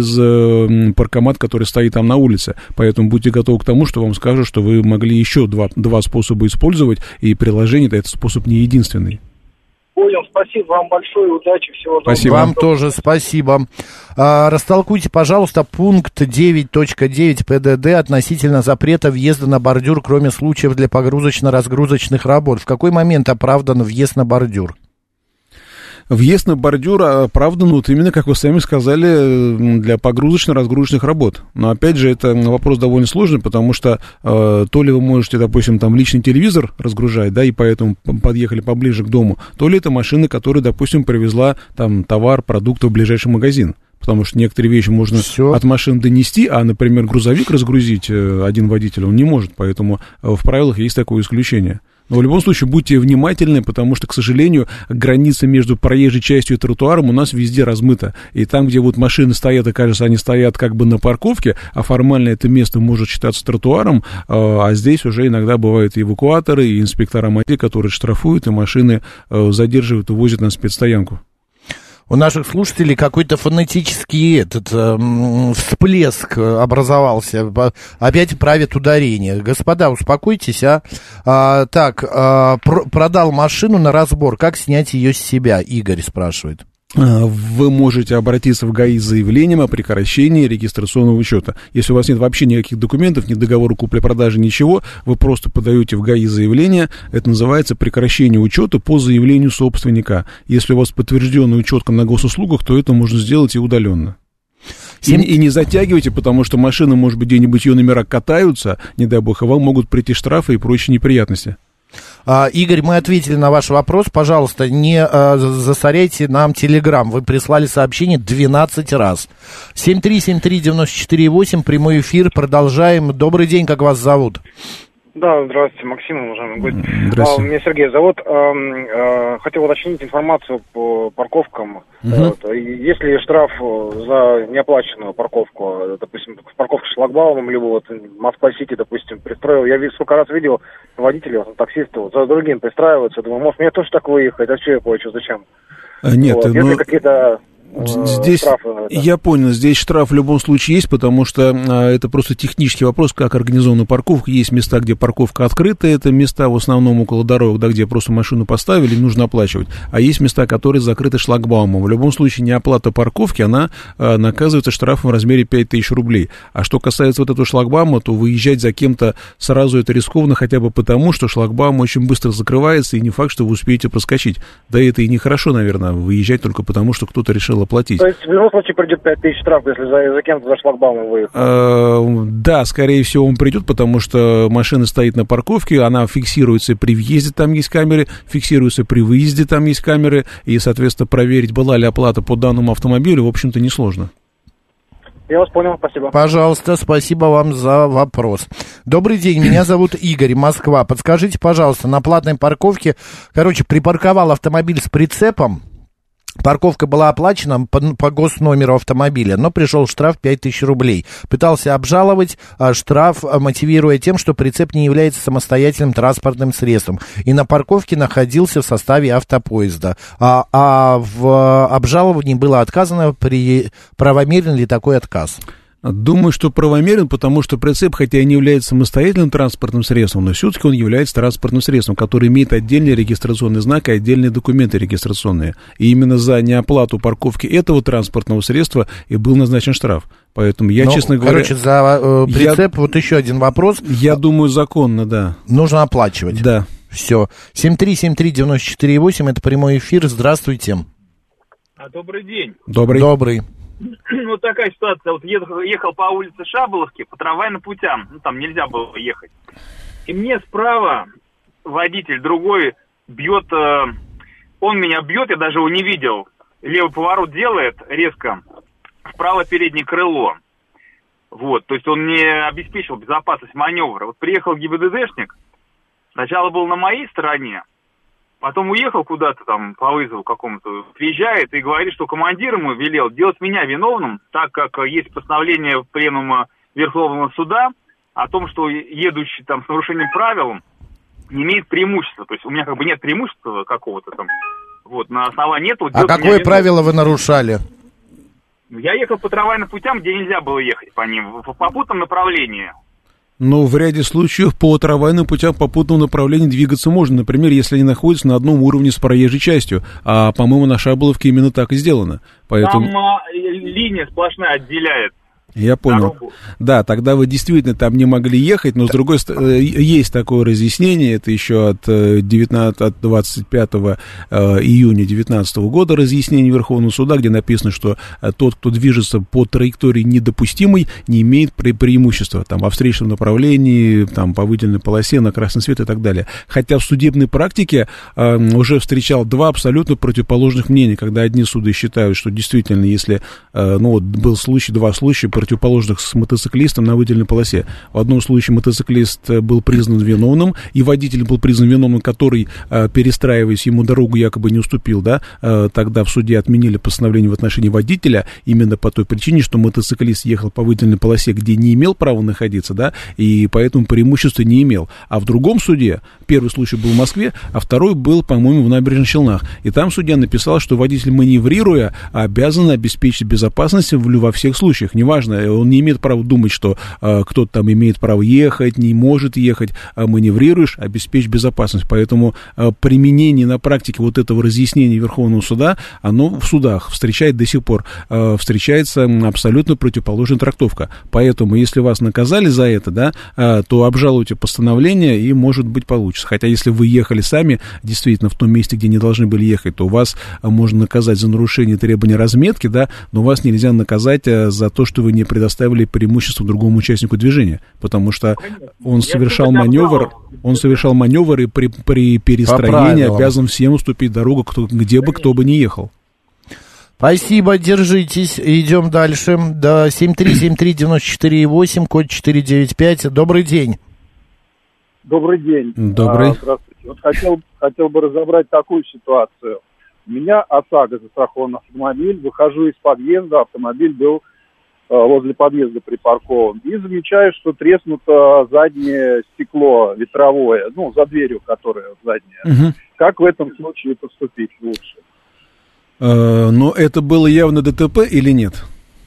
D: через паркомат, который стоит там на улице. Поэтому будьте готовы к тому, что вам скажут, что вы могли еще два способа использовать, и приложение это способ не единственный.
M: Понял, спасибо вам большое, удачи, всего доброго.
C: Спасибо. Вам тоже спасибо. Растолкуйте, пожалуйста, пункт 9.9 ПДД относительно запрета въезда на бордюр, кроме случаев для погрузочно-разгрузочных работ. В какой момент оправдан въезд на бордюр?
D: Въезд на бордюр оправдан, вот именно, как вы сами сказали, для погрузочно-разгрузочных работ. Но, опять же, это вопрос довольно сложный, потому что то ли вы можете, допустим, там личный телевизор разгружать, да, и поэтому подъехали поближе к дому, то ли это машина, которая, допустим, привезла там товар, продукты в ближайший магазин. Потому что некоторые вещи можно от машин донести, а, например, грузовик разгрузить один водитель, он не может, поэтому в правилах есть такое исключение. Но в любом случае будьте внимательны, потому что, к сожалению, граница между проезжей частью и тротуаром у нас везде размыта. И там, где вот машины стоят, и кажется, они стоят как бы на парковке, а формально это место может считаться тротуаром, а здесь уже иногда бывают и эвакуаторы, и инспектора МАТИ, которые штрафуют, и машины задерживают и возят на спецстоянку.
C: У наших слушателей какой-то фонетический всплеск образовался. Опять правит ударение. Господа, успокойтесь, продал машину на разбор. Как снять ее с себя? Игорь спрашивает.
D: Вы можете обратиться в ГАИ с заявлением о прекращении регистрационного учета. Если у вас нет вообще никаких документов, ни договора купли-продажи, ничего, вы просто подаете в ГАИ заявление. Это называется прекращение учета по заявлению собственника. Если у вас подтвержденный учет на госуслугах, то это можно сделать и удаленно. И не затягивайте, потому что машины, может быть, где-нибудь ее номера катаются, не дай бог, и вам могут прийти штрафы и прочие неприятности.
C: Игорь, мы ответили на ваш вопрос. Пожалуйста, не засоряйте нам Телеграм. Вы прислали сообщение 12 раз. 7373948, прямой эфир. Продолжаем. Добрый день, как вас зовут?
N: Да, здравствуйте, Максим, уважаемый гость.
D: Здравствуйте.
N: Меня Сергей зовут. Хотел уточнить информацию по парковкам. Есть ли штраф за неоплаченную парковку, допустим, парковка с шлагбаумом, либо вот Москва-Сити, допустим, пристроил. Я сколько раз видел водителей, таксистов, за другим пристраиваются. Думаю, может, мне тоже так выехать, а что я плачу, зачем?
D: Нет,
N: вот. Если какие-то...
D: Здесь, я понял, здесь штраф в любом случае есть, потому что это просто технический вопрос, как организована парковка. Есть места, где парковка открыта, это места в основном около дорог, да, где просто машину поставили, нужно оплачивать. А есть места, которые закрыты шлагбаумом. В любом случае, неоплата парковки, она наказывается штрафом в размере 5000 рублей. А что касается вот этого шлагбаума, то выезжать за кем-то сразу это рискованно, хотя бы потому, что шлагбаум очень быстро закрывается, и не факт, что вы успеете проскочить. Да это и нехорошо, наверное, выезжать только потому, что кто-то решил оплатить.
N: То есть в любом случае придет 5000 штраф, если за кем-то за шлагбаумом выехал?
D: Да, скорее всего он придет, потому что машина стоит на парковке, она фиксируется при въезде, там есть камеры, фиксируется при выезде, там есть камеры, и, соответственно, проверить, была ли оплата по данному автомобилю, в общем-то, несложно.
N: Я вас понял, спасибо.
C: Пожалуйста, спасибо вам за вопрос. Добрый день, меня зовут Игорь, Москва. Подскажите, пожалуйста, на платной парковке, припарковал автомобиль с прицепом. Парковка была оплачена по госномеру автомобиля, но пришел штраф 5000 рублей. Пытался обжаловать штраф, мотивируя тем, что прицеп не является самостоятельным транспортным средством. И на парковке находился в составе автопоезда. А в обжаловании было отказано. Правомерен ли такой отказ?
D: Думаю, что правомерен, потому что прицеп, хотя и не является самостоятельным транспортным средством, но все-таки он является транспортным средством, которое имеет отдельный регистрационный знак и отдельные документы регистрационные. И именно за неоплату парковки этого транспортного средства и был назначен штраф. Поэтому я, честно говоря...
C: за прицеп вот еще один вопрос.
D: Я думаю, законно, да.
C: Нужно оплачивать.
D: Да.
C: Все. 7373948, это прямой эфир. Здравствуйте.
O: Добрый день.
C: Добрый.
O: Вот такая ситуация. Вот ехал по улице Шаболовки по трамвайным путям. Там нельзя было ехать. И мне справа водитель другой бьет. Он меня бьет, я даже его не видел. Левый поворот делает резко в правое переднее крыло. Вот. То есть он не обеспечил безопасность маневра. Вот приехал ГИБДДшник. Сначала был на моей стороне. Потом уехал куда-то там по вызову какому-то, приезжает и говорит, что командир ему велел делать меня виновным, так как есть постановление пленума Верховного суда о том, что едущий там с нарушением правил не имеет преимущества. То есть у меня как бы нет преимущества какого-то там. Вот, на основании этого...
C: А какое правило вы нарушали?
O: Я ехал по трамвайным путям, где нельзя было ехать по ним, в попутном направлении.
D: Но в ряде случаев по трамвайным путям в попутном направлении двигаться можно. Например, если они находятся на одном уровне с проезжей частью. А, по-моему, на Шаболовке именно так и сделано. Поэтому...
O: Там линия сплошная отделяет.
D: Я понял. Дорогу. Да, тогда вы действительно там не могли ехать, но с другой стороны, есть такое разъяснение, это еще от 25 июня 2019 года разъяснение Верховного суда, где написано, что тот, кто движется по траектории недопустимой, не имеет преимущества там, во встречном направлении, там, по выделенной полосе, на красный свет и так далее. Хотя в судебной практике уже встречал два абсолютно противоположных мнения, когда одни суды считают, что действительно, если, ну вот был случай, два случая, противоположных с мотоциклистом на выделенной полосе. В одном случае мотоциклист был признан виновным, и водитель был признан виновным, который, перестраиваясь, ему дорогу якобы не уступил, да, тогда в суде отменили постановление в отношении водителя именно по той причине, что мотоциклист ехал по выделенной полосе, где не имел права находиться, да, и поэтому преимущества не имел. А в другом суде, первый случай был в Москве, а второй был, по-моему, в Набережных Челнах. И там судья написал, что водитель, маневрируя, обязан обеспечить безопасность во всех случаях. Неважно, он не имеет права думать, что кто-то там имеет право ехать, не может ехать, маневрируешь, обеспечь безопасность. Поэтому применение на практике вот этого разъяснения Верховного суда, оно в судах встречает до сих пор, встречается абсолютно противоположная трактовка. Поэтому, если вас наказали за это, да, то обжалуйте постановление, и, может быть, получится. Хотя, если вы ехали сами, действительно, в том месте, где не должны были ехать, то вас можно наказать за нарушение требований разметки, да, но вас нельзя наказать за то, что вы не предоставили преимущество другому участнику движения, потому что он совершал маневр, и при перестроении обязан всем уступить дорогу, где бы кто бы ни ехал.
C: Спасибо, держитесь, идем дальше. Да, 7373948, код 495. Добрый день.
P: Добрый день.
D: Добрый.
P: Здравствуйте. Вот хотел бы разобрать такую ситуацию. У меня ОСАГО, застрахован автомобиль, выхожу из подъезда, автомобиль был возле подъезда припаркован, и замечаю, что треснуто заднее стекло ветровое, ну, за дверью, которая задняя. Угу. Как в этом случае поступить лучше?
D: Но это было явно ДТП или нет?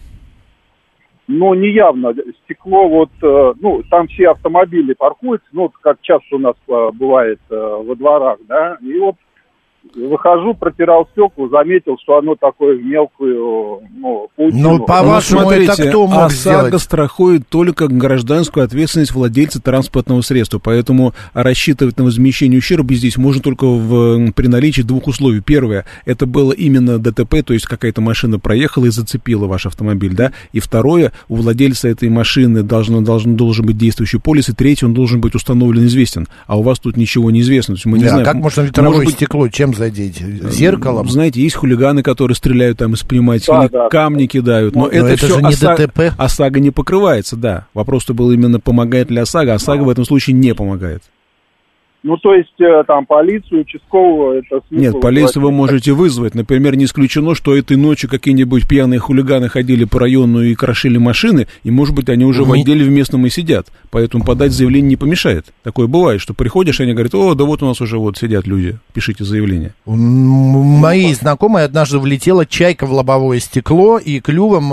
P: Ну, не явно. Стекло, вот, ну, там все автомобили паркуются, ну, как часто у нас бывает во дворах, да, и вот выхожу, протирал стекла, заметил, что оно такое в мелкую, ну, паутину.
C: Ну, по-вашему,
D: смотрите,
C: это кто мог
D: ОСАГО
C: сделать?
D: Страхует только гражданскую ответственность владельца транспортного средства, поэтому рассчитывать на возмещение ущерба здесь можно только при наличии двух условий. Первое, это было именно ДТП, то есть какая-то машина проехала и зацепила ваш автомобиль, да, и второе, у владельца этой машины должен быть действующий полис, и третье, он должен быть установлен, известен, а у вас тут ничего не известно, то есть мы не знаем.
C: Как можно ветровое стекло, чем задеть? Зеркалом?
D: Знаете, есть хулиганы, которые стреляют там из пневматики, камни кидают, но это все
C: же не ДТП.
D: ОСАГО не покрывается, да. Вопрос-то был именно, помогает ли ОСАГО. ОСАГО в этом случае не помогает.
P: Ну, то есть, там, полицию, участкового, это смысл...
D: Нет, полицию вы можете вызвать. Например, не исключено, что этой ночью какие-нибудь пьяные хулиганы ходили по району и крошили машины, и, может быть, они уже в отделе в местном и сидят. Поэтому подать заявление не помешает. Такое бывает, что приходишь, и они говорят: о, да вот у нас уже вот сидят люди, пишите заявление.
C: Моей знакомой однажды влетела чайка в лобовое стекло и клювом,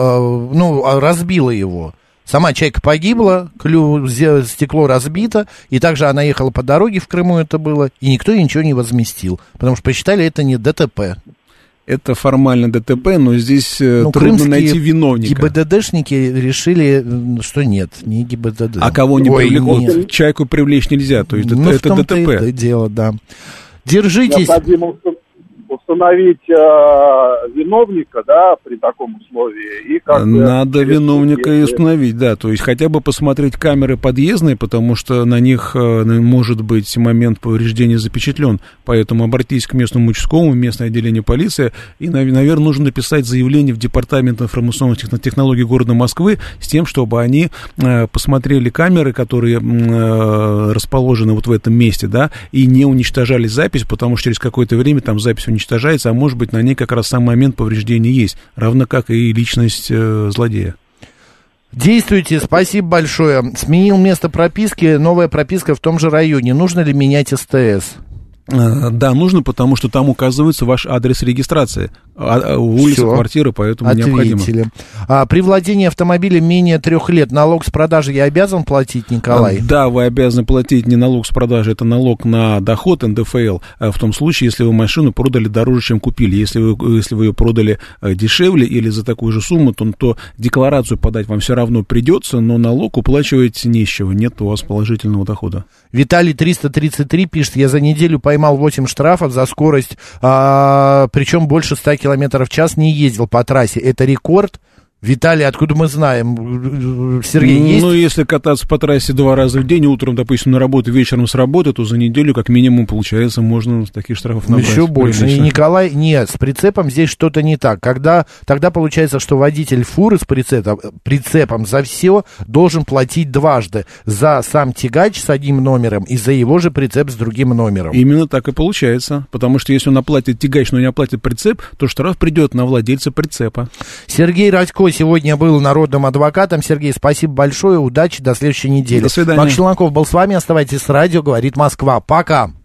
C: разбила его. Сама чайка погибла, стекло разбито, и также она ехала по дороге, в Крыму это было, и никто ей ничего не возместил, потому что посчитали, это не ДТП.
D: Это формально ДТП, но здесь трудно найти виновника.
C: ГИБДДшники решили, что нет, не ГИБДД.
D: А кого не привлекут? Чайку привлечь нельзя, то есть это ДТП.
C: Это дело, да. Держитесь.
P: Необходимо установить виновника, да, при таком условии. И как
D: надо виновника и установить, да, то есть хотя бы посмотреть камеры подъездные, потому что на них может быть момент повреждения запечатлен, поэтому обратитесь к местному участковому, местное отделение полиции, и, наверное, нужно написать заявление в Департамент информационных технологий города Москвы с тем, чтобы они посмотрели камеры, которые расположены вот в этом месте, да, и не уничтожали запись, потому что через какое-то время там запись уничтожается, а может быть, на ней как раз сам момент повреждения есть, равно как и личность злодея.
C: Действуйте, спасибо большое. Сменил место прописки, новая прописка в том же районе. Нужно ли менять СТС?
D: Да, нужно, потому что там указывается ваш адрес регистрации. Улица, квартира, поэтому необходимо.
C: При владении автомобиля менее 3 лет налог с продажи я обязан платить, Николай?
D: Да, вы обязаны платить не налог с продажи, это налог на доход, НДФЛ, в том случае, если вы машину продали дороже, чем купили. Если вы ее продали дешевле или за такую же сумму, то декларацию подать вам все равно придется, но налог уплачивать не с чего, нет у вас положительного дохода.
C: Виталий 333 пишет: я за неделю поймал 8 штрафов за скорость, причем больше 100 км в час, не ездил по трассе. Это рекорд? Виталий, откуда мы знаем? Сергей, есть?
D: Ну, если кататься по трассе 2 раза в день, утром, допустим, на работу, вечером с работы, то за неделю, как минимум, получается, можно таких штрафов набрать.
C: Еще больше. И Николай, нет, с прицепом здесь что-то не так. Тогда получается, что водитель фуры с прицепом за все должен платить дважды. За сам тягач с одним номером и за его же прицеп с другим номером.
D: Именно так и получается. Потому что если он оплатит тягач, но не оплатит прицеп, то штраф придет на владельца прицепа.
C: Сергей Радько сегодня был народным адвокатом. Сергей, спасибо большое, удачи, до следующей недели.
D: До свидания.
C: Макс Челноков был с вами, оставайтесь с радио, говорит Москва. Пока.